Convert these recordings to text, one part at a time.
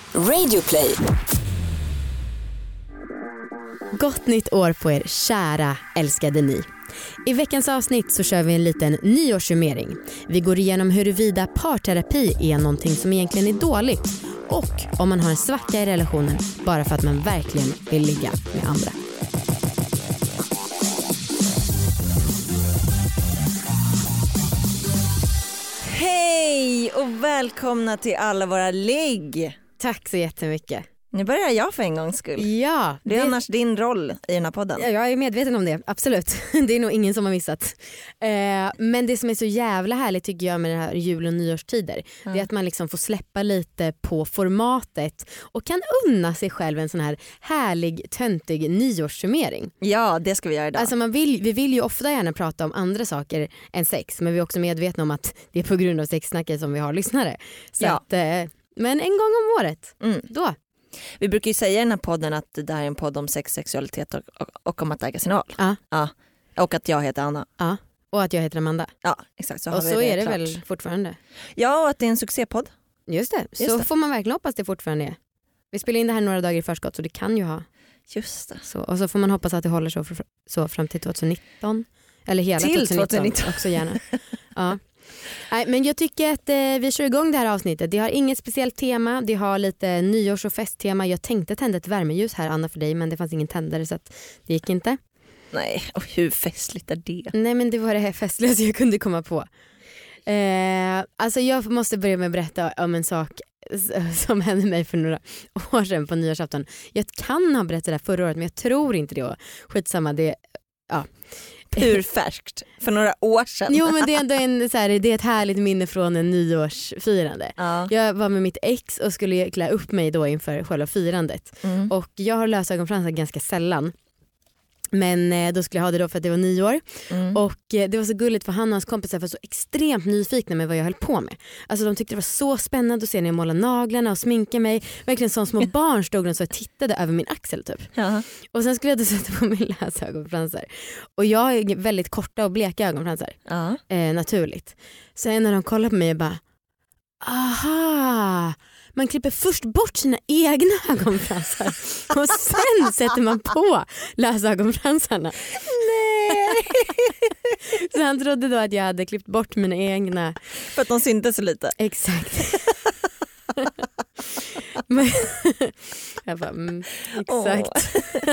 Radioplay. Gott nytt år på er kära älskade ni. I veckans avsnitt så kör vi en liten nyårssummering. Vi går igenom huruvida parterapi är någonting som egentligen är dåligt och om man har en svacka i relationen bara för att man verkligen vill ligga med andra. Hej och välkomna till alla våra ligg. Tack så jättemycket. Nu börjar jag för en gångs skull. Ja, det är annars din roll i den här podden. Ja, jag är medveten om det, absolut. Det är nog ingen som har missat. Men det som är så jävla härligt tycker jag med det här jul- och nyårstider, det är att man liksom får släppa lite på formatet och kan unna sig själv en sån här härlig, töntig nyårssummering. Ja, det ska vi göra idag. Alltså vi vill ju ofta gärna prata om andra saker än sex, men vi är också medvetna om att det är på grund av sexsnacket som vi har lyssnare. Så att, men en gång om året, då. Vi brukar ju säga i den här podden att det här är en podd om sex, sexualitet och om att äga sin val. Ja. Och att jag heter Anna. Ja, och att jag heter Amanda. Ja, exakt. Så och har vi så det är det klart. väl fortfarande. Ja, och att det är en succépodd. Just det. Får man verkligen hoppas det fortfarande är. Vi spelar in det här några dagar i förskott så det kan ju ha. Just det. Så, och så får man hoppas att det håller så fram till 2019. Eller hela till 2019 också gärna. Ja. Nej, men jag tycker att vi kör igång det här avsnittet. Det har inget speciellt tema. Det har lite nyårs- och festtema. Jag tänkte tända ett värmeljus här, Anna, för dig, men det fanns ingen tändare så att det gick inte. Nej, och hur festligt är det? Nej, men det var det här festligaste jag kunde komma på. Alltså jag måste börja med att berätta om en sak som hände mig för några år sedan på nyårsafton. Jag kan ha berättat det här förra året, men jag tror inte det. Skitsamma, det... Ja. Purfärskt för några år sedan. Jo, men det är ändå det är ett härligt minne från en nyårsfirande. Ja. Jag var med mitt ex och skulle klä upp mig då inför själva firandet. Och jag har lösögonfransar ganska sällan. Men då skulle jag ha det då för att det var nyår. Och det var så gulligt för han och hans kompisar var så extremt nyfikna med vad jag höll på med. Alltså de tyckte det var så spännande att se när jag målade naglarna och sminka mig. Verkligen som små barn stod de så och tittade över min axel typ. Ja. Och sen skulle jag då sätta på min lösögonfransar. Och jag har väldigt korta och bleka ögonfransar. Naturligt. Sen när de kollade på mig och bara, aha, man klipper först bort sina egna ögonfransar och sen sätter man på lösögonfransarna. Nej. Så han trodde då att jag hade klippt bort mina egna. För att de syntes så lite. Exakt. Men, jag bara, exakt.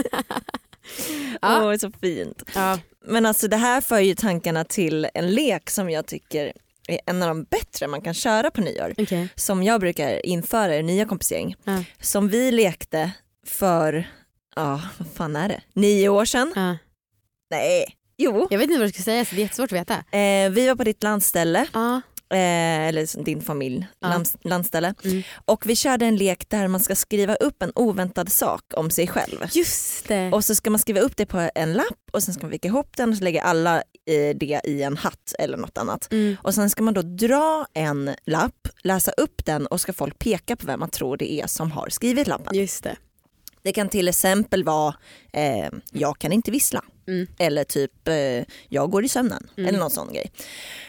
Det är så fint. Ja. Men alltså det här för ju tankarna till en lek som jag tycker är en av de bättre man kan köra på nyår. Okay. Som jag brukar införa i nya kompisgäng. Som vi lekte för, vad fan är det? 9 år sedan? Nej, jo. Jag vet inte vad du ska säga, så det är jättesvårt att veta. Vi var på ditt landställe. Eller din familj, landställe. Och vi körde en lek där man ska skriva upp en oväntad sak om sig själv. Just det. Och så ska man skriva upp det på en lapp och sen ska man vika ihop den och så lägger alla det i en hatt eller något annat. Och sen ska man då dra en lapp, läsa upp den och ska folk peka på vem man tror det är som har skrivit lappen. Just det. Det kan till exempel vara jag kan inte vissla. Eller typ jag går i sömnen. Eller någon sån grej.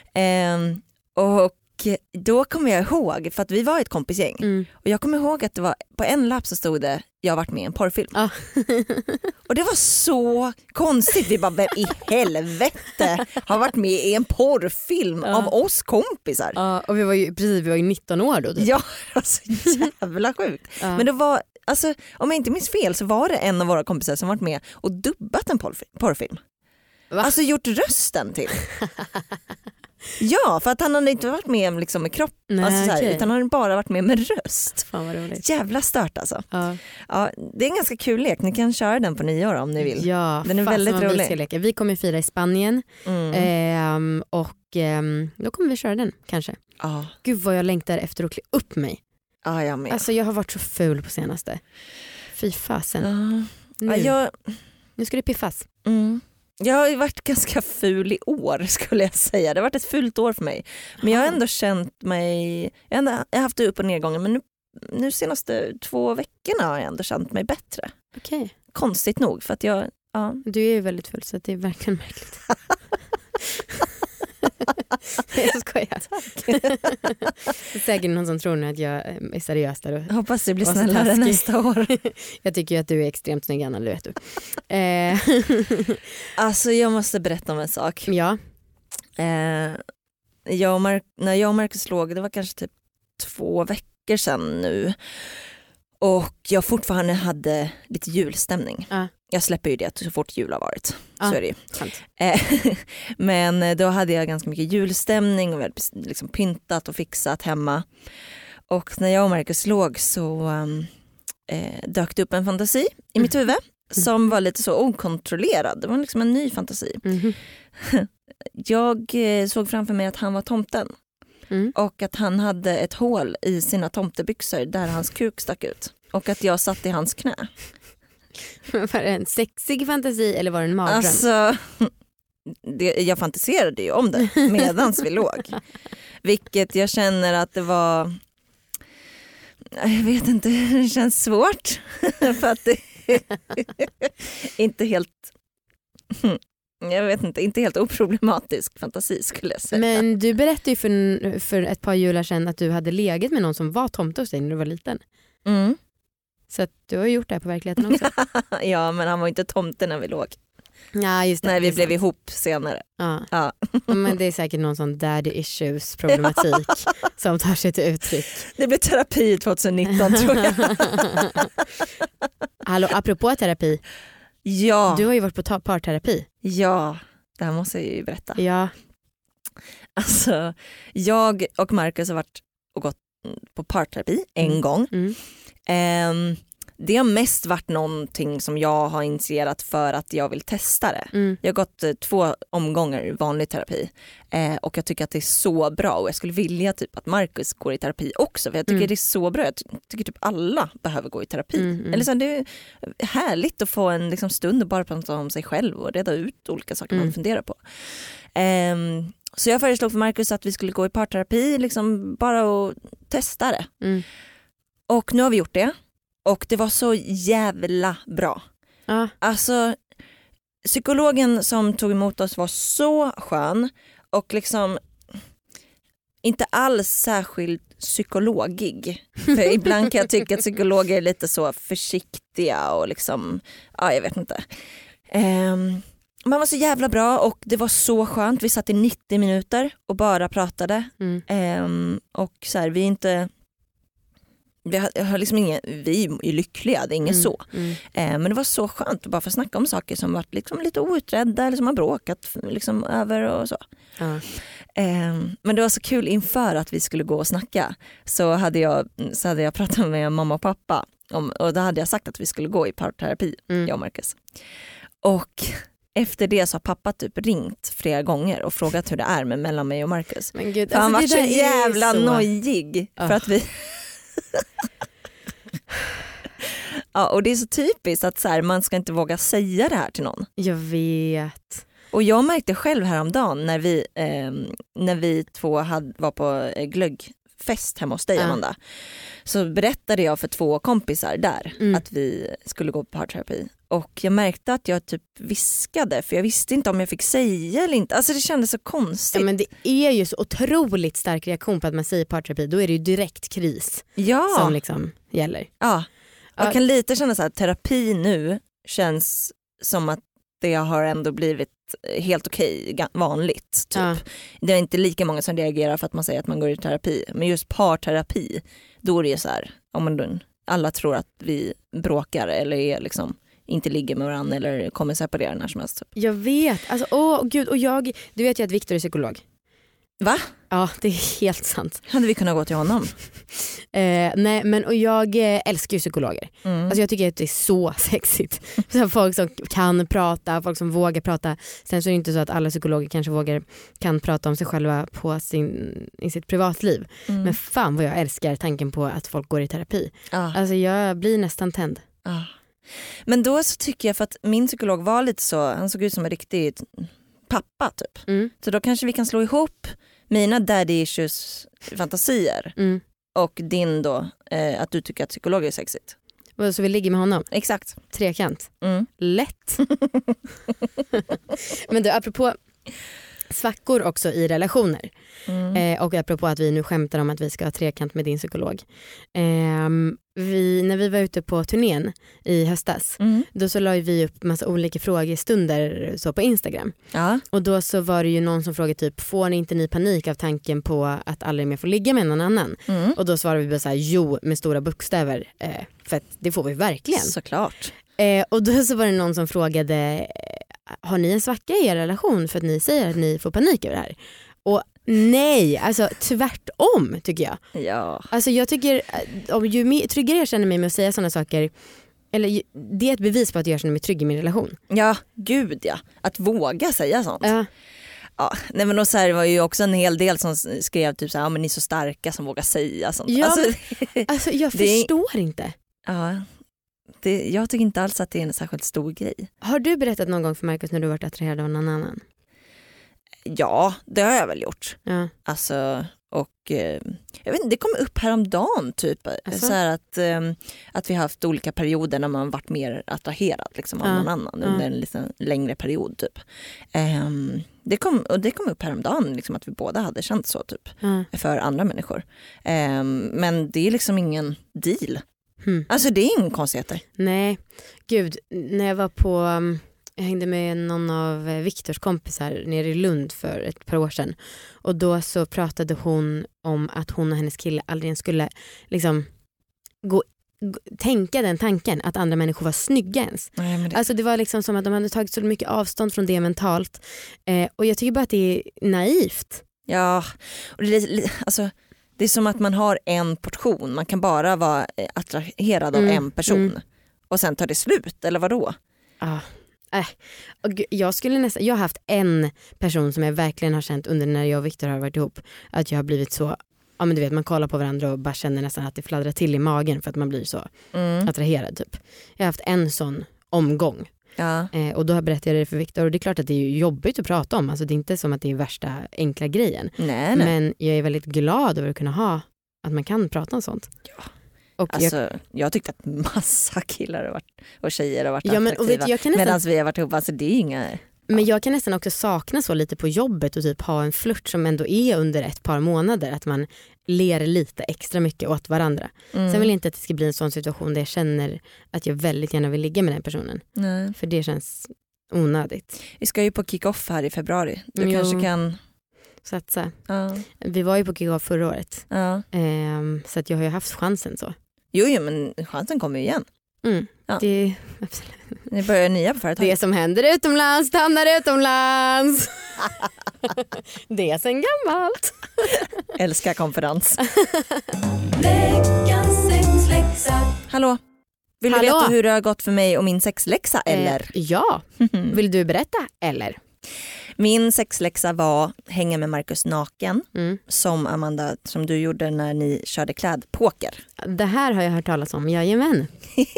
Och då kommer jag ihåg, för att vi var ett kompisgäng och jag kommer ihåg att det var på en lapp så stod det jag har varit med i en porrfilm. Och det var så konstigt. Vi bara, vem i helvete har varit med i en porrfilm av oss kompisar? Och vi var ju 19 år då. Typ. Ja, alltså jävla sjukt. Men det var, alltså, om jag inte minns fel så var det en av våra kompisar som varit med och dubbat en porrfilm. Va? Alltså gjort rösten till. Ja, för att han hade inte varit med liksom med kropp. Nej, alltså så här, okay. utan han hade bara varit med röst. Fan vad roligt. Jävla stört alltså. Ja, det är en ganska kul lek. Ni kan köra den på nyår om ni vill. Ja, den är väldigt rolig. Vi kommer fira i Spanien och då kommer vi köra den kanske. Gud vad jag längtar efter att klä upp mig. Jag med. Alltså jag har varit så ful på senaste. Fy fasen. Nu ska det piffas. Jag har ju varit ganska ful i år skulle jag säga. Det har varit ett fult år för mig. Men jag har ändå känt mig, jag har haft upp- och nedgången, men nu senaste 2 veckorna har jag ändå känt mig bättre. Okay. Konstigt nog för att jag... Du är ju väldigt full så det är verkligen märkligt. Jag skojar. Det är säkert någon som tror nu att jag är seriös där. Jag hoppas du blir snällare nästa år. Jag tycker ju att du är extremt snygg, Anna, det vet du. Alltså jag måste berätta om en sak. Ja. När jag och Marcus låg, det var kanske typ 2 veckor sedan nu. Och jag fortfarande hade lite julstämning. Jag släpper ju det så fort jul har varit. Så är det ju. Men då hade jag ganska mycket julstämning och vi hade liksom pyntat och fixat hemma. Och när jag och Marcus låg så dök det upp en fantasi i mitt huvud som var lite så okontrollerad. Det var liksom en ny fantasi. Jag såg framför mig att han var tomten. Och att han hade ett hål i sina tomtebyxor där hans kuk stack ut. Och att jag satt i hans knä. Var det en sexig fantasi eller var det en mardröm? Alltså, jag fantiserade ju om det medans vi låg. Vilket jag känner att det var... Jag vet inte, det känns svårt. För att det inte helt... Jag vet inte helt oproblematisk fantasi skulle jag säga. Men du berättade ju för ett par jular sedan att du hade legat med någon som var tomte hos dig när du var liten. Så att du har gjort det här på verkligheten också. Ja, men han var inte tomte när vi låg. Ja, just det. Nej, vi blev ihop senare. Ja. Men det är säkert någon sån daddy issues problematik som tar sig till uttryck. Det blir terapi 2019 tror jag. Hallå, apropå terapi. Ja. Du har ju varit på parterapi. Ja, det här måste jag ju berätta. Ja. Alltså, jag och Marcus har varit och gått på parterapi en gång. Det har mest varit någonting som jag har initierat för att jag vill testa det. Jag har gått 2 omgångar vanlig terapi och jag tycker att det är så bra och jag skulle vilja typ att Marcus går i terapi också för jag tycker det är så bra. Jag tycker typ alla behöver gå i terapi. Eller så, det är härligt att få en liksom, stund och bara prata om sig själv och reda ut olika saker man funderar på. Så jag föreslog för Marcus att vi skulle gå i parterapi liksom bara att testa det. Och nu har vi gjort det. Och det var så jävla bra. Alltså psykologen som tog emot oss var så skön och liksom inte alls särskilt psykologig. För ibland kan jag tycka att psykologer är lite så försiktiga och liksom, ja jag vet inte. Man var så jävla bra och det var så skönt. Vi satt i 90 minuter och bara pratade. Och så här, vi är inte... Vi har liksom vi är lyckliga, det är inget så. Men det var så skönt att bara få snacka om saker som varit liksom lite outredda eller som har bråkat liksom över och så. Men det var så kul inför att vi skulle gå och snacka. Så hade jag pratat med mamma och pappa och då hade jag sagt att vi skulle gå i parterapi, jag och Marcus. Och efter det så har pappa typ ringt flera gånger och frågat hur det är mellan mig och Marcus. Men gud, för han var så jävla nojig för att vi... Ja, och det är så typiskt att så här, man ska inte våga säga det här till någon. Jag vet. Och jag märkte själv häromdagen när vi 2 var på glöggfest hemma hos dig, Amanda. Så berättade jag för 2 kompisar där att vi skulle gå på parterapi. Och jag märkte att jag typ viskade för jag visste inte om jag fick säga eller inte. Alltså det kändes så konstigt. Ja, men det är ju så otroligt stark reaktion på att man säger parterapi. Då är det ju direkt kris som liksom gäller. Ja, jag kan lite känna så här, terapi nu känns som att det har ändå blivit helt okej, vanligt typ. Det är inte lika många som reagerar för att man säger att man går i terapi. Men just parterapi, då är det så här, alla tror att vi bråkar eller är liksom inte ligger med varandra eller kommer separera när som helst. Typ. Jag vet, alltså gud, och du vet ju att Viktor är psykolog. Va? Ja, det är helt sant. Hade vi kunnat gå till honom? Nej, men och jag älskar ju psykologer. Alltså jag tycker att det är så sexigt. Så folk som kan prata, folk som vågar prata. Sen så är det inte så att alla psykologer kanske kan prata om sig själva i sitt privatliv. Men fan vad jag älskar tanken på att folk går i terapi. Alltså jag blir nästan tänd. Men då så tycker jag, för att min psykolog var lite så, han såg ut som en riktig pappa typ. Så då kanske vi kan slå ihop mina daddy issues fantasier och din då att du tycker att psykolog är sexigt. Så vi ligger med honom? Exakt. Trekant. Lätt. Men du, apropå svackor också i relationer. Och apropå att vi nu skämtar om att vi ska ha trekant med din psykolog. När vi var ute på turnén i höstas, då så la vi upp massa olika frågestunder så på Instagram. Ja. Och då så var det ju någon som frågade typ, får inte ni panik av tanken på att aldrig mer få ligga med någon annan? Och då svarade vi bara så här, jo, med stora bokstäver, för att det får vi verkligen. Såklart. Och då så var det någon som frågade, har ni en svacka i er relation för att ni säger att ni får panik över det här? Och nej, alltså tvärtom tycker jag. Ja. Alltså jag tycker, ju tryggare jag känner mig med att säga sådana saker, eller det är ett bevis på att jag känner mig trygg i min relation. Ja, gud ja. Att våga säga sånt. Ja. Ja, nej men så här, det var ju också en hel del som skrev typ så här, ja, men ni är så starka som vågar säga sånt. Ja, alltså jag förstår inte. Ja, jag tycker inte alls att det är en särskilt stor grej. Har du berättat någon gång för Marcus när du varit attraherad av någon annan? Ja, det har jag väl gjort. Ja. Alltså, och jag vet inte, det kom upp häromdagen typ. Alltså? Så här att vi har haft olika perioder när man varit mer attraherad liksom, av någon annan under en lite längre period typ. Det kom upp häromdagen liksom, att vi båda hade känt så typ för andra människor. Men det är liksom ingen deal. Alltså det är ingen konstigheter. Nej, gud, när jag hängde med någon av Viktors kompisar nere i Lund för ett par år sedan. Och då så pratade hon om att hon och hennes kille aldrig ens skulle liksom tänka den tanken att andra människor var snygga ens. Nej, men alltså det var liksom som att de hade tagit så mycket avstånd från det mentalt. Och jag tycker bara att det är naivt. Ja, och det är som att man har en portion. Man kan bara vara attraherad av en person. Och sen tar det slut, eller vadå? Ja. Jag har haft en person som jag verkligen har känt under när jag och Viktor har varit ihop, att jag har blivit så, ja men du vet, man kollar på varandra och bara känner nästan att det fladdrar till i magen för att man blir så attraherad typ. Jag har haft en sån omgång. Ja. Och då berättade jag det för Viktor, och det är klart att det är jobbigt att prata om, alltså det är inte som att det är värsta enkla grejen. Nej. Men jag är väldigt glad över att kunna ha, att man kan prata om sånt. Ja. Och alltså, jag tyckte att massa killar och tjejer har varit attraktiva medan vi har varit ihop. Alltså det är inga... Men jag kan nästan också sakna så lite på jobbet och typ ha en flört som ändå är under ett par månader. Att man ler lite extra mycket åt varandra. Sen vill jag inte att det ska bli en sån situation där jag känner att jag väldigt gärna vill ligga med den personen. Nej. För det känns onödigt. Vi ska ju på kick-off här i februari. Du kanske kan... satsa. Vi var ju på kick-off förra året. Så att jag har ju haft chansen så. Jo, men chansen kommer ju igen. Det, absolut. Ni börjar nya på företaget. Det som händer utomlands stannar utomlands. Det är sen gammalt. Älskar konferens. Veckans sexläxa. Hallå. Vill du veta hur det har gått för mig och min sexläxa eller? Ja. Vill du berätta eller? Min sexläxa var hänga med Marcus naken, som Amanda, som du gjorde när ni körde klädpoker. Det här har jag hört talas om, jajamän.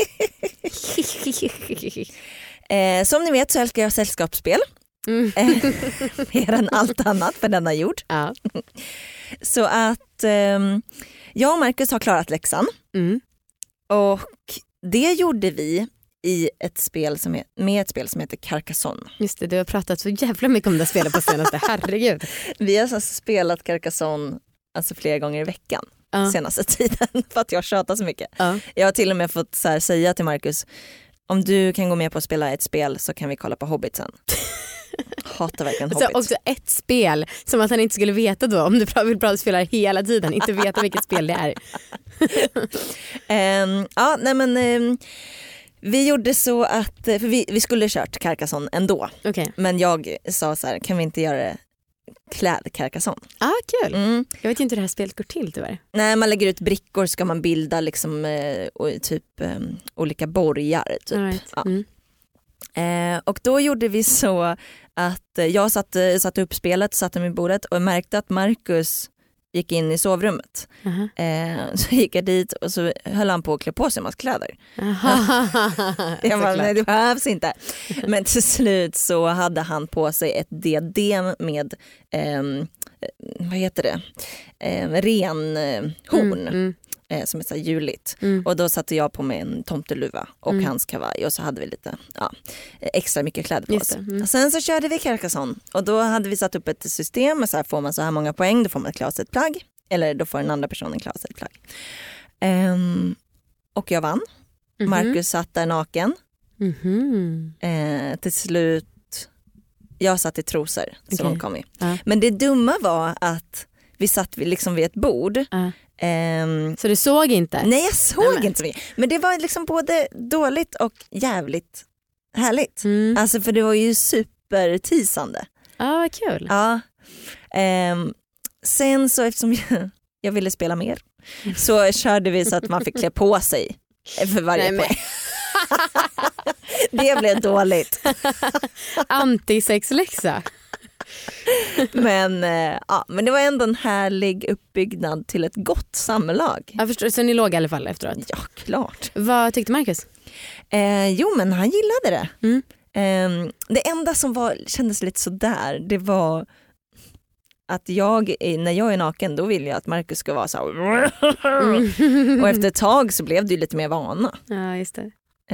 Som ni vet så älskar jag sällskapsspel. Mer än allt annat för denna jord. Ja. Så att jag och Marcus har klarat läxan. Och det gjorde vi i ett spel som heter Carcassonne. Just det, du har pratat så jävla mycket om det spelet på senaste, herregud. Vi har alltså spelat Carcassonne alltså flera gånger i veckan senaste tiden för att jag tjatar så mycket. Jag har till och med fått så här, säga till Marcus, om du kan gå med på att spela ett spel så kan vi kolla på Hobbit sen. Hatar verkligen Hobbit. Så också ett spel som att han inte skulle veta då, om du vill spela hela tiden, inte veta vilket spel det är. Vi gjorde så att, för vi skulle kört Carcassonne ändå. Okay. Men jag sa så här, kan vi inte göra det kläd-Carcassonne? Kul. Jag vet inte hur det här spelet går till tyvärr. Nej, man lägger ut brickor, ska man bilda liksom olika borgar typ. Right. Och då gjorde vi så att jag satte upp spelet, satte mig i bordet och märkte att Marcus gick in i sovrummet. Så gick jag dit och så höll han på att klä på sig en massa kläder. Jag bara, nej det behövs inte. Men till slut så hade han på sig ett diadem med vad heter det? Renhorn. som är så här juligt. Och då satte jag på mig en tomteluva och hans kavaj och så hade vi lite extra mycket kläder på oss. Sen så körde vi Carcassonne och då hade vi satt upp ett system med så här, får man så här många poäng då får man ett klart ett plagg eller då får den andra personen klart ett plagg. Och jag vann. Marcus satt där naken. Till slut jag satt i trosor så de kom i. Men det dumma var att vi satt liksom vid ett bord. Så du såg inte? Nej, jag såg inte så mycket. Men det var liksom både dåligt och jävligt härligt. Alltså för det var ju supertisande. Ja, vad kul. Ja. Sen så eftersom jag ville spela mer så körde vi så att man fick klä på sig för varje poäng. Det blev dåligt. Antisexläxa. Men det var ändå en härlig uppbyggnad till ett gott samlag. Jag förstår, så ni låg i alla fall efteråt? Ja, klart. Vad tyckte Marcus? Jo, men han gillade det. Det enda som kändes lite sådär, det var att när jag är naken då vill jag att Marcus ska vara så här. Och efter ett tag så blev det ju lite mer vana. Ja, just det.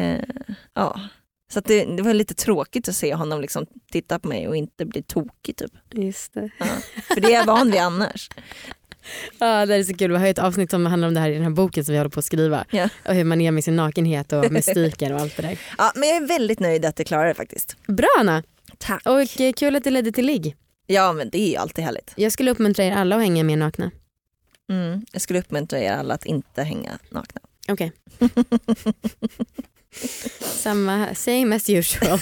Så att det var lite tråkigt att se honom liksom titta på mig och inte bli tokig typ. Just det. För det är jag van vid annars. Ja, det är så kul. Vi har ett avsnitt som handlar om det här i den här boken som vi håller på att skriva. Och hur man är med sin nakenhet och mystiken och allt det där. Ja, men jag är väldigt nöjd att det klarar det faktiskt. Bra, Anna. Tack. Och kul att det ledde till ligg. Ja, men det är ju alltid härligt. Jag skulle uppmuntra er alla att hänga mer nakna. Jag skulle uppmuntra er alla att inte hänga nakna. Okej. Same as usual.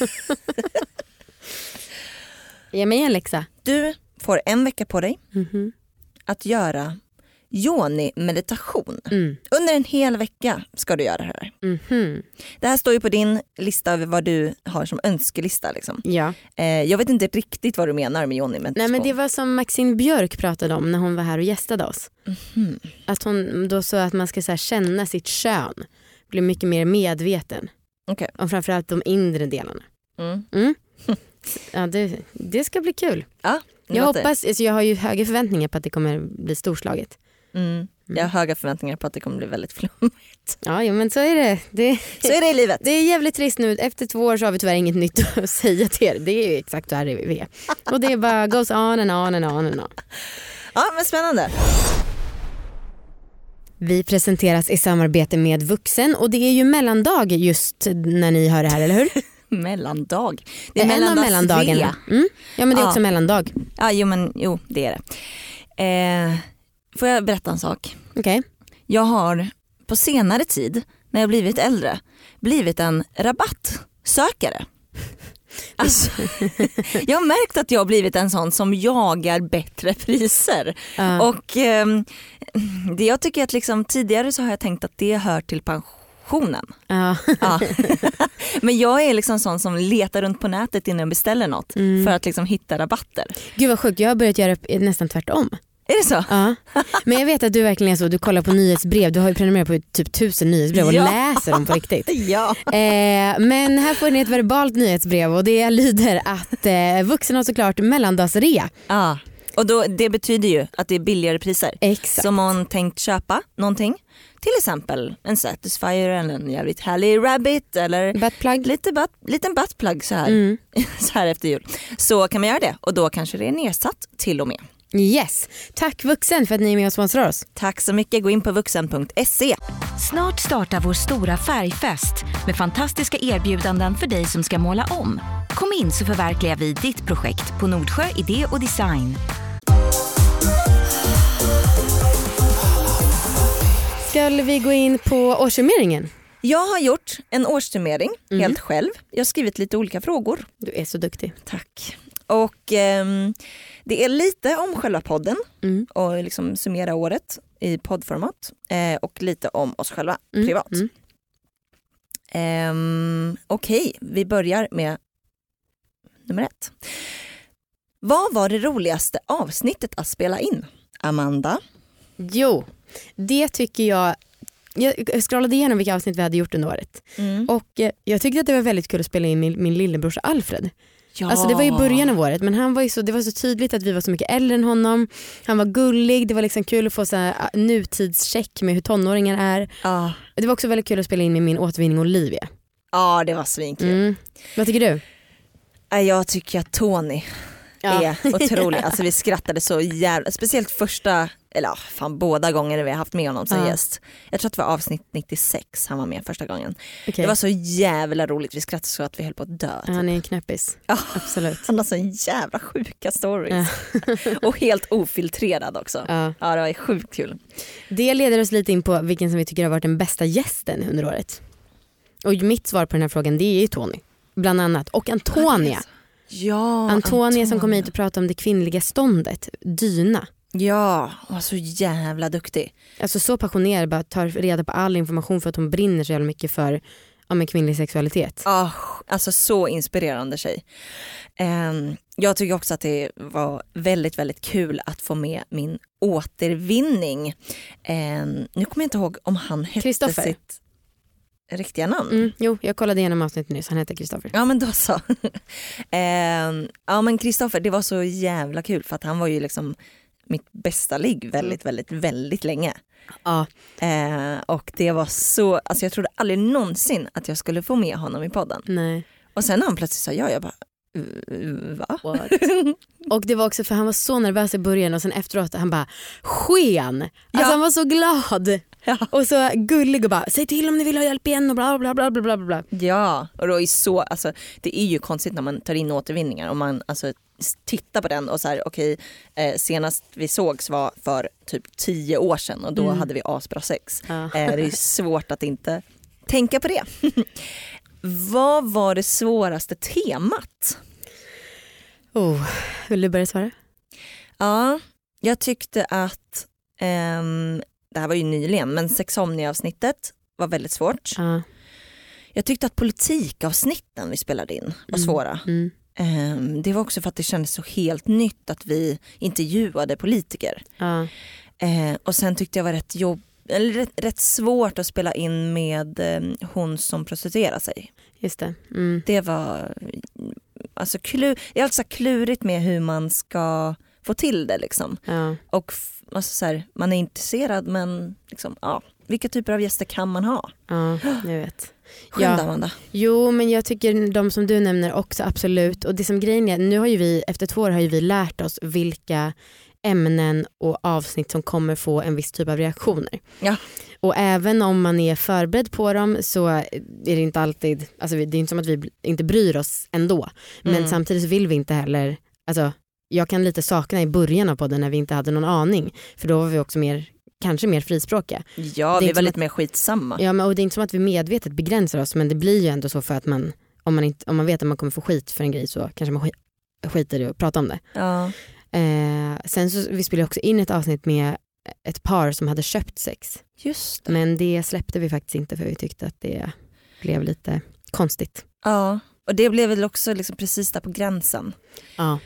Ge mig en läxa. Du får 1 vecka på dig att göra yoni-meditation. Under en hel vecka ska du göra det här. Det här står ju på din lista över vad du har som önskelista. Liksom. Ja. Jag vet inte riktigt vad du menar med yoni-meditation. Nej, men det var som Maxine Björk pratade om när hon var här och gästade oss. Att hon då sa att man ska så här, känna sitt kön. Bli mycket mer medveten. Okay. Och framförallt de inre delarna. Ja, det ska bli kul. Ja, jag hoppas, alltså jag har ju höga förväntningar på att det kommer bli storslaget. Jag har höga förväntningar på att det kommer bli väldigt flummigt. Ja, men så är det. Så är det i livet. Det är jävligt trist nu. Efter 2 år så har vi tyvärr inget nytt att säga till er. Det är ju exakt så här vi är. Och det är bara goes on and on and on and on. Ja, men spännande. Vi presenteras i samarbete med Vuxen och det är ju mellandag just när ni hör det här, eller hur? Mellandag. Det är en av mellandagarna. Ja, men det är också mellandag. Ja, jo, det är det. Får jag berätta en sak? Okej. Jag har på senare tid, när jag blivit äldre, blivit en rabattsökare. Alltså, jag har märkt att jag har blivit en sån som jagar bättre priser. Och jag tycker att liksom, tidigare så har jag tänkt att det hör till pensionen. Ja. Men jag är liksom sån som letar runt på nätet innan jag beställer något för att liksom hitta rabatter. Gud vad sjukt, jag har börjat göra nästan tvärtom. Är det så? Ja. Men jag vet att du verkligen är så. Du kollar på nyhetsbrev. Du har ju prenumererat på typ 1000 nyhetsbrev och läser dem på riktigt. Ja. Men här får ni ett verbalt nyhetsbrev och det lyder att Vuxen har såklart mellandagsrea. Ja. Och då, det betyder ju att det är billigare priser. Exakt. Som man tänkt köpa någonting. Till exempel en Satisfyer eller en jävligt härlig Rabbit eller buttplug. Liten buttplug så här. Så här efter jul. Så kan man göra det och då kanske det är nedsatt till och med. Yes. Tack Vuxen för att ni är med och sponsrar oss. Tack så mycket. Gå in på vuxen.se. Snart startar vår stora färgfest med fantastiska erbjudanden för dig som ska måla om. Kom in så förverkligar vi ditt projekt på Nordsjö Idé och Design. Ska vi gå in på årssummeringen? Jag har gjort en årssummering helt själv. Jag har skrivit lite olika frågor. Du är så duktig. Tack. Och det är lite om själva podden och liksom summera året i poddformat och lite om oss själva privat. Okej, vi börjar med nummer 1. Vad var det roligaste avsnittet att spela in, Amanda? Jo, det tycker jag scrollade igenom vilka avsnitt vi hade gjort under året. Och jag tyckte att det var väldigt kul att spela in min lillebrors Alfred. Ja. Alltså det var ju början av året, men han var ju det var så tydligt att vi var så mycket äldre än honom. Han var gullig, det var liksom kul att få så här nutidscheck med hur tonåringar är. Det var också väldigt kul att spela in med min återvinning Olivia. Ja, det var svinkul. Vad tycker du? Jag tycker att Tony är otrolig. Alltså vi skrattade så jävla, speciellt första, eller båda gånger vi har haft med honom som gäst. Jag tror att det var avsnitt 96 han var med första gången. Det var så jävla roligt, vi skrattade så att vi höll på att dö. Han är en knäppis. Absolut. Han har så jävla sjuka stories. Och helt ofiltrerad också. Ja, det var sjukt kul. Det leder oss lite in på vilken som vi tycker har varit den bästa gästen under året. Och mitt svar på den här frågan, det är ju Tony. Bland annat. Och Antonia. Ja, Antonia som kom hit och pratade om det kvinnliga ståndet. Dyna. Ja, hon var så jävla duktig. Alltså så passionerad, bara tar reda på all information för att hon brinner så jävla mycket för kvinnlig sexualitet. Alltså så inspirerande tjej. Jag tycker också att det var väldigt, väldigt kul att få med min återvinning. Nu kommer jag inte ihåg om han hette Kristoffer. Sitt riktiga namn. Jo, jag kollade igenom avsnittet nyss, han heter Kristoffer. Ja, men då så. Men Kristoffer, det var så jävla kul för att han var ju liksom mitt bästa ligg väldigt, väldigt, väldigt länge. Ja. Och det var så, alltså jag trodde aldrig någonsin att jag skulle få med honom i podden. Nej. Och sen när han plötsligt sa jag bara, va? What? Och det var också för han var så nervös i början och sen efteråt han bara sken. Alltså han var så glad. Ja. Och så gullig och bara, säg till om ni vill ha hjälp igen och bla bla bla bla bla. Ja, och då är så, alltså det är ju konstigt när man tar in återvinningar och man alltså tittar på den och så här, okej, senast vi sågs var för typ 10 år sedan och då hade vi asbra sex. Det är svårt att inte tänka på det. Vad var det svåraste temat? Vill du börja svara? Ja, jag tyckte att det här var ju nyligen, men sexomnia-avsnittet var väldigt svårt. Jag tyckte att politikavsnitten vi spelade in var svåra. Det var också för att det kändes så helt nytt att vi intervjuade politiker. Och sen tyckte jag var rätt svårt att spela in med hon som prostituerar sig. Just det. Det var alltså det är alltså klurigt med hur man ska få till det liksom. Och alltså så här, man är intresserad men liksom, vilka typer av gäster kan man ha? Ja, jag vet. Amanda. Jo, men jag tycker de som du nämner också absolut. Och det som grejen är, nu har ju vi efter 2 år har ju vi lärt oss vilka ämnen och avsnitt som kommer få en viss typ av reaktioner. Ja. Och även om man är förberedd på dem så är det inte alltid, alltså det är inte som att vi inte bryr oss ändå. Men samtidigt så vill vi inte heller, alltså jag kan lite sakna i början av podden när vi inte hade någon aning. För då var vi också kanske mer frispråkiga. Ja, vi var lite mer skitsamma. Ja, men och det är inte som att vi medvetet begränsar oss, men det blir ju ändå så för att om man vet att man kommer få skit för en grej så kanske man skiter i att prata om det. Ja. Sen så vi spelade också in ett avsnitt med ett par som hade köpt sex. Just det. Men det släppte vi faktiskt inte för vi tyckte att det blev lite konstigt. Ja, och det blev väl också liksom precis där på gränsen. Ja.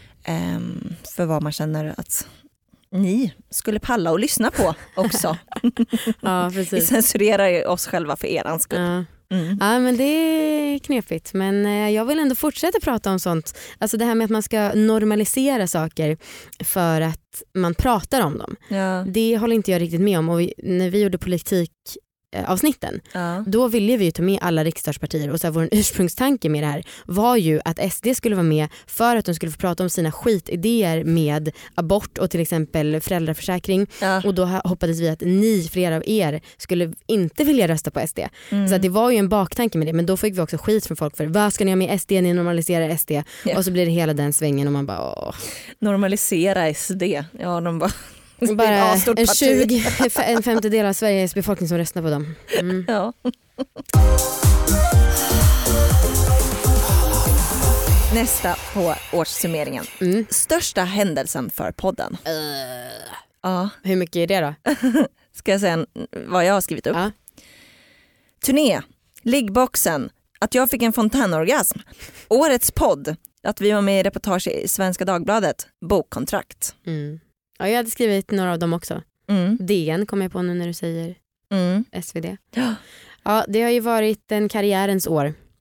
För vad man känner att ni skulle palla och lyssna på också. Ja, precis. Vi censurerar oss själva för eran skull. Ja. Ja, men det är knepigt. Men jag vill ändå fortsätta prata om sånt. Alltså det här med att man ska normalisera saker för att man pratar om dem. Ja. Det håller inte jag riktigt med om. Och när vi gjorde politikavsnitten, då ville vi ju ta med alla riksdagspartier. Och så här, vår ursprungstanke med det här var ju att SD skulle vara med för att de skulle få prata om sina skitidéer med abort och till exempel föräldraförsäkring. Ja. Och då hoppades vi att flera av er skulle inte vilja rösta på SD. Så att det var ju en baktanke med det. Men då fick vi också skit från folk för vad ska ni ha med SD, ni normaliserar SD. Ja. Och så blir det hela den svängen och man bara normalisera SD. Ja, de bara bara en 50% av Sveriges befolkning som röstar på dem. Ja. Nästa på årssummeringen. Största händelsen för podden. Ja. Hur mycket är det då? Ska jag säga vad jag har skrivit upp? Ja. Turné, liggboxen, att jag fick en fontänorgasm, årets podd, att vi var med i reportage i Svenska Dagbladet, bokkontrakt. Ja, jag hade skrivit några av dem också. DN kom jag på nu när du säger SvD. Ja, det har ju varit en karriärens år.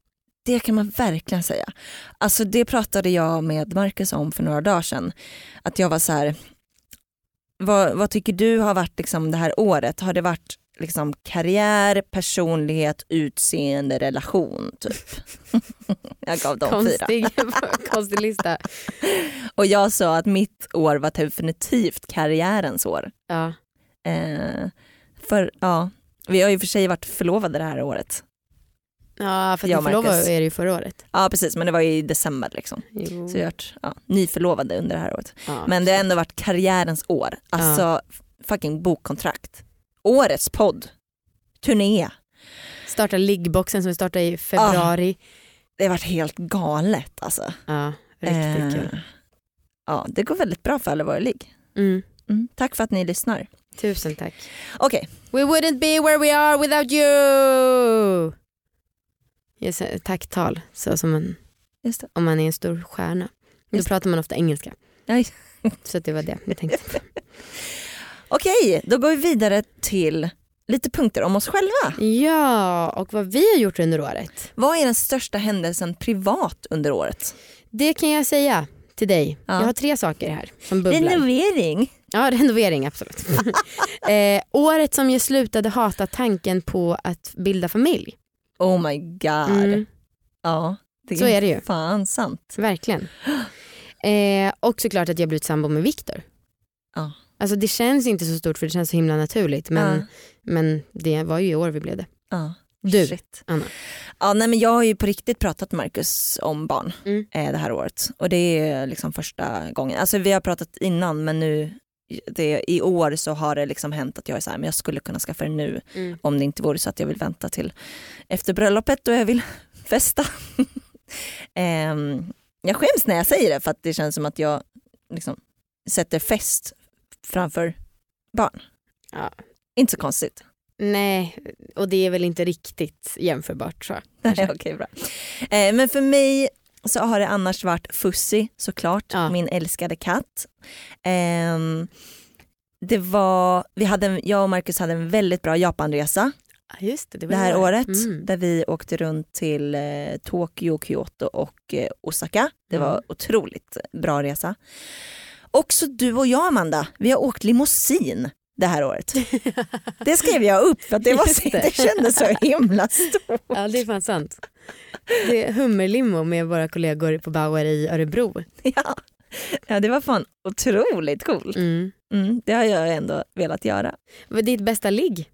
Det kan man verkligen säga. Alltså det pratade jag med Marcus om för några dagar sedan. Att jag var så här, vad tycker du har varit liksom det här året? Har det varit liksom karriär, personlighet, utseende, relation typ? Jag gav dem 4. Konstig lista. Och jag sa att mitt år var definitivt karriärens år. Ja. För ja, vi har ju för sig varit förlovade det här året. Ja, för att förlovade är det ju förra året. Ja, precis, men det var i december liksom. Jo. Så vi har varit nyförlovade under det här året. Ja. Men det har ändå varit karriärens år. Alltså fucking bokkontrakt. Årets podd. Turné. Starta liggboxen som vi startade i februari. Det har varit helt galet alltså. Ja, riktigt kul. Ja, det går väldigt bra för alla våra ligg. Tack för att ni lyssnar. Tusen tack. Okej. We wouldn't be where we are without you. Yes, tacktal, så som om man är en stor stjärna. Då pratar man ofta engelska. Nej. Så det var det jag tänkte. Okej, då går vi vidare till lite punkter om oss själva. Ja, och vad vi har gjort under året. Vad är den största händelsen privat under året? Det kan jag säga till dig. Jag har 3 saker här som bubblar. Renovering. Ja, renovering, absolut. Året som jag slutade hata tanken på att bilda familj. Oh my god. Ja, det så är det ju. Fan sant. Verkligen. Och såklart att jag blivit sambo med Viktor. Ja. Alltså det känns inte så stort för det känns så himla naturligt. Men det var ju i år vi blev det. Ja. Du, shit. Anna. Ja, nej, men jag har ju på riktigt pratat med Marcus om barn det här året. Och det är liksom första gången. Alltså vi har pratat innan, men nu i år så har det liksom hänt att jag är så här, men jag skulle kunna skaffa det nu om det inte vore så att jag vill vänta till efter bröllopet och jag vill festa. Jag skäms när jag säger det för att det känns som att jag liksom sätter fest framför barn. Ja. Inte så konstigt. Nej, och det är väl inte riktigt jämförbart så. Nej, okej, bra. Men för mig så har det annars varit Fussi såklart, min älskade katt. Jag och Marcus hade en väldigt bra Japanresa. Just det här året där vi åkte runt till Tokyo, Kyoto och Osaka. Det var otroligt bra resa. Också du och jag, Amanda, vi har åkt limousin det här året. Det skrev jag upp för att det kändes så himla stort. Ja, det är fan sant. Det är hummerlimo med våra kollegor på Bauer i Örebro. Ja, det var fan otroligt coolt. Det har jag ändå velat göra. Vad är ditt bästa ligg?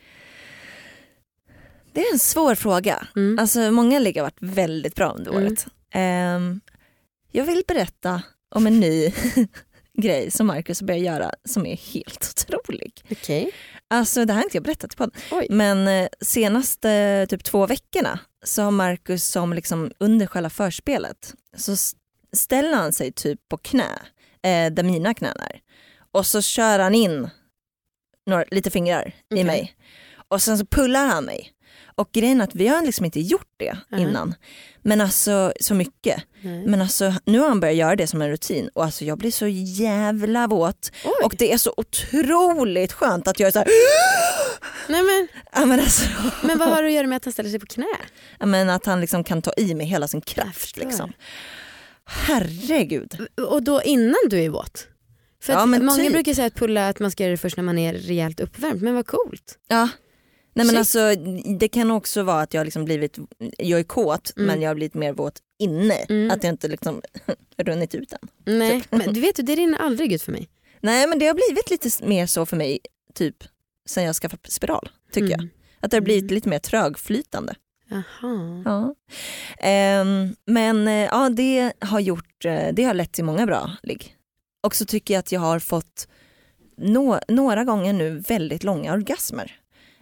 Det är en svår fråga. Alltså många ligg har varit väldigt bra under året. Jag vill berätta om en ny grej som Marcus börjar göra som är helt otrolig. Okej. Alltså det här har inte jag berättat på. Men senaste typ 2 veckorna så har Marcus som liksom under själva förspelet så ställer han sig typ på knä där mina knän är. Och så kör han in lite fingrar i mig. Och sen så pullar han mig. Och grejen är att vi har liksom inte gjort det innan. Men alltså så mycket. Men alltså nu har han börjat göra det som en rutin. Och alltså jag blir så jävla våt. Och det är så otroligt skönt att jag är så här. Nej, men. Ja, men, alltså. Men vad har du att göra med att han ställer sig på knä? Ja, men att han liksom kan ta i med hela sin kraft liksom. Herregud. Och då innan du är våt? För att många brukar säga att pulla att man ska göra det först när man är rejält uppvärmt. Men vad coolt. Ja. Nej, men alltså, det kan också vara att jag liksom jag är kåt men jag har blivit mer våt inne. Att jag inte liksom runnit ut än. Nej, typ. men du vet det rinner aldrig ut för mig. Nej, men det har blivit lite mer så för mig typ sen jag skaffade spiral, tycker jag. Att det har blivit lite mer trögflytande. Aha. Ja. Men ja, det har lett till många bra ligg. Och så tycker jag att jag har fått några gånger nu väldigt långa orgasmer.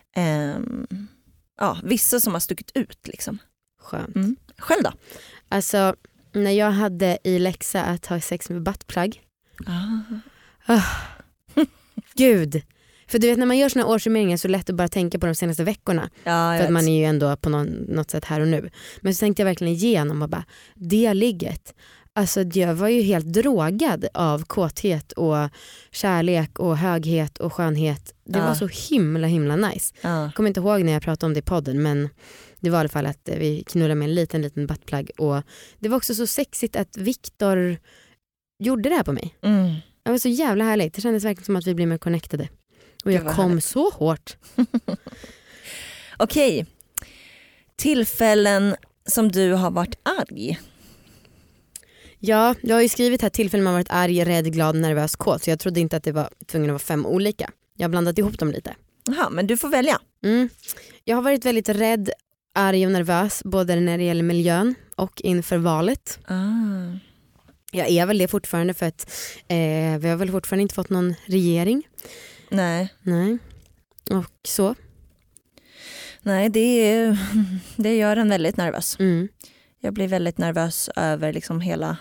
Vissa som har stuckit ut liksom. Skönt. Själv då? Alltså när jag hade i läxa att ha sex med buttplug. Gud. För du vet när man gör såna årssummeringar så är det lätt att bara tänka på de senaste veckorna. För att man är ju ändå på något sätt här och nu. Men så tänkte jag verkligen igenom och bara, det ligget. Alltså jag var ju helt drogad av kåthet och kärlek och höghet och skönhet. Det var så himla nice. Jag kommer inte ihåg när jag pratade om det i podden, men det var i alla fall att vi knullade med en liten buttplug. Och det var också så sexigt att Viktor gjorde det här på mig. Det var så jävla härligt. Det kändes verkligen som att vi blev mer connectade. Och jag kom härligt. Så hårt. Okej. Tillfällen som du har varit arg. Ja, jag har ju skrivit här tillfällen man varit arg, rädd, glad, nervös, kåt. Så jag trodde inte att det var tvungen att vara 5 olika. Jag har blandat ihop dem lite. Jaha, men du får välja. Jag har varit väldigt rädd, arg och nervös. Både när det gäller miljön och inför valet. Jag är väl det fortfarande för att vi har väl fortfarande inte fått någon regering. Nej. Och så. Nej, det gör en väldigt nervös. Jag blir väldigt nervös över liksom hela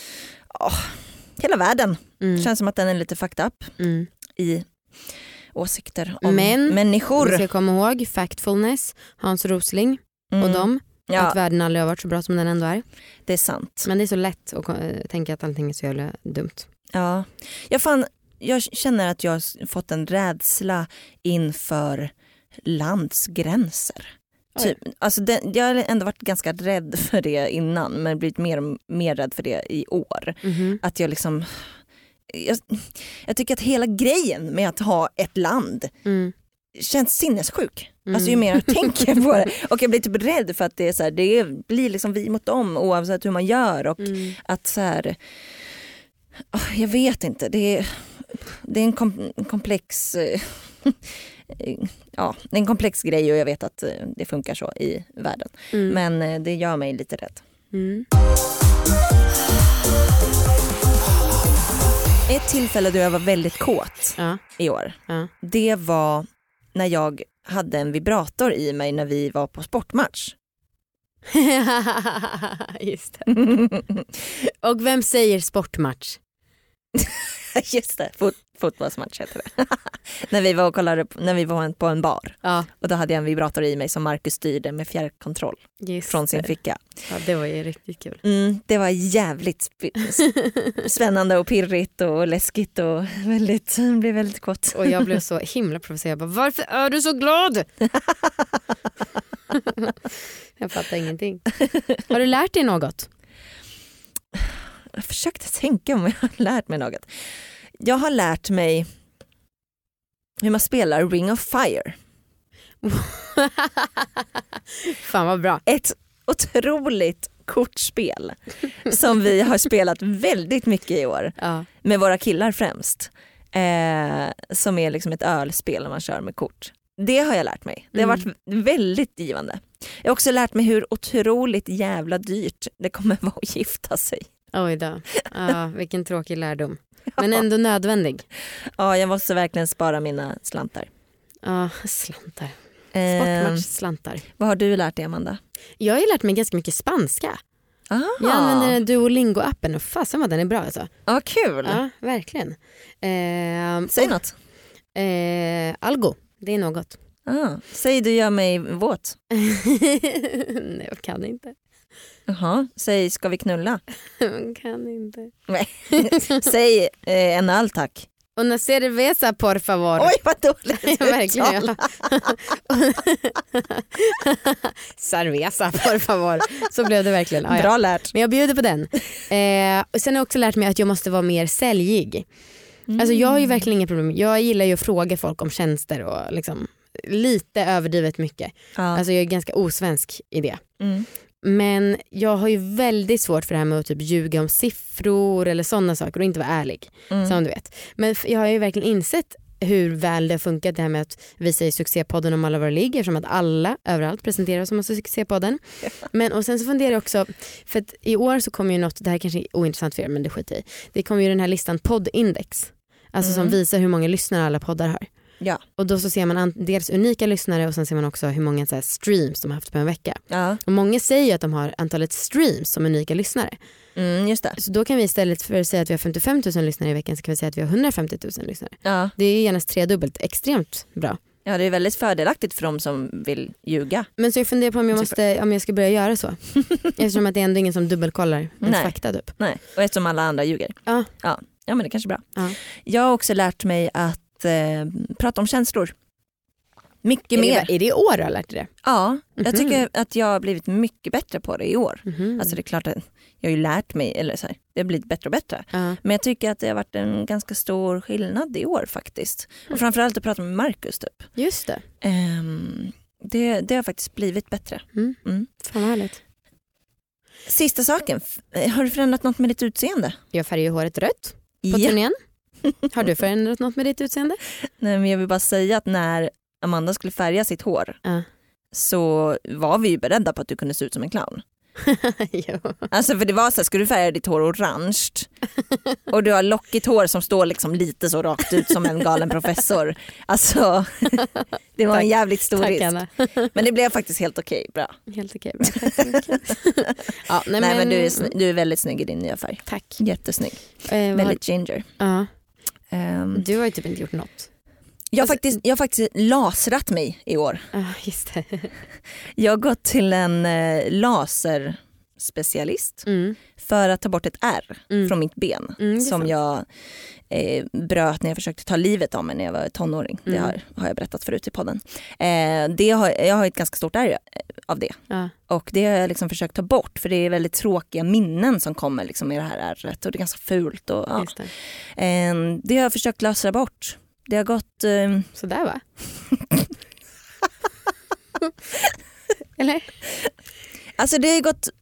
världen. Det känns som att den är lite fucked up i åsikter om människor. Men vi ska komma ihåg factfulness, Hans Rosling och dem. Att världen aldrig har varit så bra som den ändå är. Det är sant. Men det är så lätt att tänka att allting är så jävla dumt. Ja, jag känner att jag har fått en rädsla inför landsgränser. Typ, alltså jag har ändå varit ganska rädd för det innan, men blivit mer och mer rädd för det i år. Att jag liksom jag tycker att hela grejen med att ha ett land känns sinnessjuk. Alltså ju mer jag tänker på det. Och jag blir typ rädd för att det är så här, det blir liksom vi mot dem oavsett hur man gör. Och att så här, jag vet inte, det är en komplex det är en komplex grej och jag vet att det funkar så i världen. Men det gör mig lite rädd. Ett tillfälle då jag var väldigt kåt i år. Det var när jag hade en vibrator i mig när vi var på sportmatch. Just det. Och vem säger sportmatch? Just det, fotbollsmatch heter det. När vi var och kollade, när vi var på en bar. Och då hade jag en vibrator i mig som Marcus styrde med fjärrkontroll från sin ficka. Ja, det var ju riktigt kul. Det var jävligt spännande och pirrigt och läskigt och blev väldigt kort. Och jag blev så himla provocerad. Jag bara, varför är du så glad? Jag fattar ingenting. Har du lärt dig något? Jag försökte tänka om jag har lärt mig något. Jag har lärt mig hur man spelar Ring of Fire. Fan vad bra. Ett otroligt kortspel som vi har spelat väldigt mycket i år. Med våra killar främst. Som är liksom ett ölspel när man kör med kort. Det har jag lärt mig. Det har varit väldigt givande. Jag har också lärt mig hur otroligt jävla dyrt det kommer vara att gifta sig. Oj då. Vilken tråkig lärdom. Men ändå nödvändig. Ja, jag måste verkligen spara mina slantar. Ja, slantar. Sportmatchslantar. Vad har du lärt dig, Amanda? Jag har ju lärt mig ganska mycket spanska. Jag använder Duolingo-appen och fasen vad den är bra alltså. Ja, kul. Ja, verkligen. Säg något. Algo, det är något. Säg du gör mig våt. Nej, jag kan inte. Jaha, säg ska vi knulla? Jag kan inte. Nej. Säg en öl tack. Una cerveza por favor. Oj vad dåligt. Verkligen, ja. Cerveza por favor. Så blev det verkligen. Bra lärt. Men jag bjuder på den. Och sen har jag också lärt mig att jag måste vara mer säljig. Alltså jag har ju verkligen inga problem. Jag gillar ju att fråga folk om tjänster och liksom lite överdrivet mycket. Alltså jag är ganska osvensk i det. Men jag har ju väldigt svårt för det här med att typ ljuga om siffror eller sådana saker och inte vara ärlig, som du vet. Men jag har ju verkligen insett hur väl det har funkat det här med att visa i succépodden om alla våra ligger, som att alla överallt presenterar som succépodden. Men och sen så funderar jag också, för att i år så kommer ju något, det här kanske är ointressant för er men det skiter i. Det kommer ju den här listan poddindex, alltså som visar hur många lyssnare alla poddar har. Ja. Och då så ser man dels unika lyssnare och sen ser man också hur många så här streams de har haft på en vecka. Och många säger att de har antalet streams som unika lyssnare. Just det. Så då kan vi istället för att säga att vi har 55 000 lyssnare i veckan så kan vi säga att vi har 150 000 lyssnare. Det är genast tredubbelt, extremt bra. Ja, det är väldigt fördelaktigt för dem som vill ljuga. Men så jag funderar på om jag ska börja göra så. Eftersom att det är ändå ingen som dubbelkollar ens fakta typ. Nej, och eftersom alla andra ljuger. Ja. Ja, men det kanske är bra. Ja. Jag har också lärt mig att prata om känslor. Mycket mer. Är det i år du har lärt dig det? Ja, jag tycker att jag har blivit mycket bättre på det i år. Alltså det är klart att jag har ju lärt mig, eller så här, det har blivit bättre och bättre. Men jag tycker att det har varit en ganska stor skillnad i år faktiskt. Och framförallt att prata med Marcus typ. Just det. Det har faktiskt blivit bättre. Fan vad härligt. Sista saken, har du förändrat något med ditt utseende? Jag färgar håret rött på turnén. Har du förändrat något med ditt utseende? Nej, men jag vill bara säga att när Amanda skulle färga sitt hår så var vi ju beredda på att du kunde se ut som en clown. Alltså för det var så här, ska du färga ditt hår orange och du har lockigt hår som står liksom lite så rakt ut som en galen professor. Alltså det var en jävligt stor risk. Men det blev faktiskt helt okej, bra. Helt okej, bra. Ja, nej, men du är väldigt snygg i din nya färg. Tack. Jättesnygg. Väldigt ginger. Du har ju typ inte gjort något. Jag har faktiskt lasrat mig i år. Just det. Jag har gått till en laserspecialist för att ta bort ett ärr från mitt ben som jag bröt när jag försökte ta livet av mig när jag var tonåring. Det har jag berättat förut i podden. Jag har ett ganska stort ärr av det. Och det har jag liksom försökt ta bort för det är väldigt tråkiga minnen som kommer liksom med det här ärret och det är ganska fult. Och, Just det. Det har jag försökt lasra bort. Det har gått... Sådär va? Eller? Alltså det har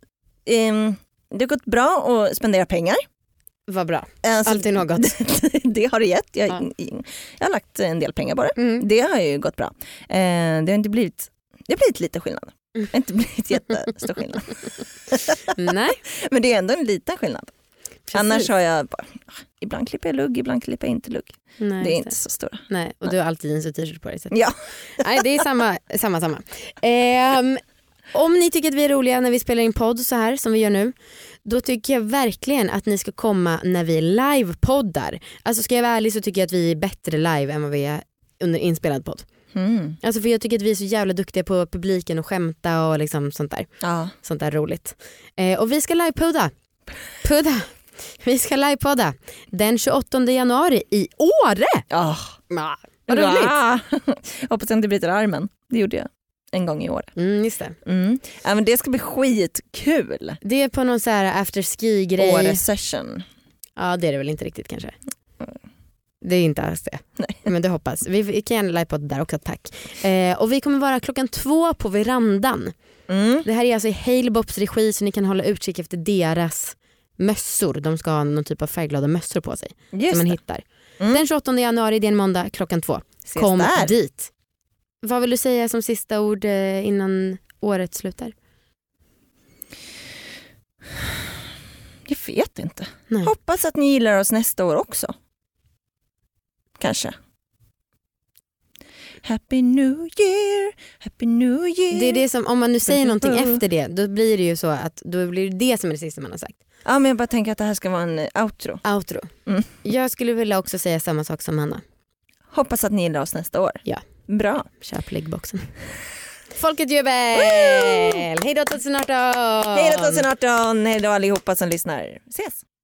gått bra att spendera pengar. Vad bra. Alltså, alltid något. Det har det gett. Jag har lagt en del pengar på det. Det har ju gått bra. Det har blivit lite skillnad. Det har inte blivit jättestor skillnad. Nej. Men det är ändå en liten skillnad. Precis. Annars har jag bara, ibland klipper jag lugg, ibland klipper jag inte lugg. Nej, det är inte så stora. Nej, och du har alltid jeans och t-shirt på dig. Så. Ja. Nej, det är samma. Om ni tycker att vi är roliga när vi spelar in podd så här som vi gör nu, då tycker jag verkligen att ni ska komma när vi live-poddar. Alltså ska jag vara ärlig så tycker jag att vi är bättre live än vad vi är under inspelad podd. Alltså för jag tycker att vi är så jävla duktiga på publiken och skämta och liksom sånt där. Ja. Sånt där roligt. Och vi ska livepodda. Vi ska livepodda den 28 januari i Åre. Vad roligt. Hoppas jag inte bryter armen. Det gjorde jag en gång i år. Just det. Ja, men det ska bli skitkul. Det är på någon så här afterski-grej. Åre session. Ja, det är det väl inte riktigt kanske. Det är inte alls det. Nej. Men det hoppas. Vi kan gärna livepodda där också, tack. Och vi kommer vara 2:00 på verandan. Det här är alltså i Halebops regi så ni kan hålla utkik efter deras mössor. De ska ha någon typ av färgglada mössor på sig. Just som man hittar. Den 28 januari, det är en måndag, 2:00. Kom där. Dit. Vad vill du säga som sista ord innan året slutar? Jag vet inte. Nej. Hoppas att ni gillar oss nästa år också. Kanske. Happy New Year, Happy New Year. Det är det som, om man nu säger någonting efter det, då blir det ju så att då blir det som är det sista man har sagt. Ja, men jag bara tänker att det här ska vara en outro. Jag skulle vilja också säga samma sak som Hanna. Hoppas att ni gillar oss nästa år. Ja. Bra. Köp läggboxen. Folket jubel! Hej då 2018! Hej då 2018! Hej då allihopa som lyssnar. Ses!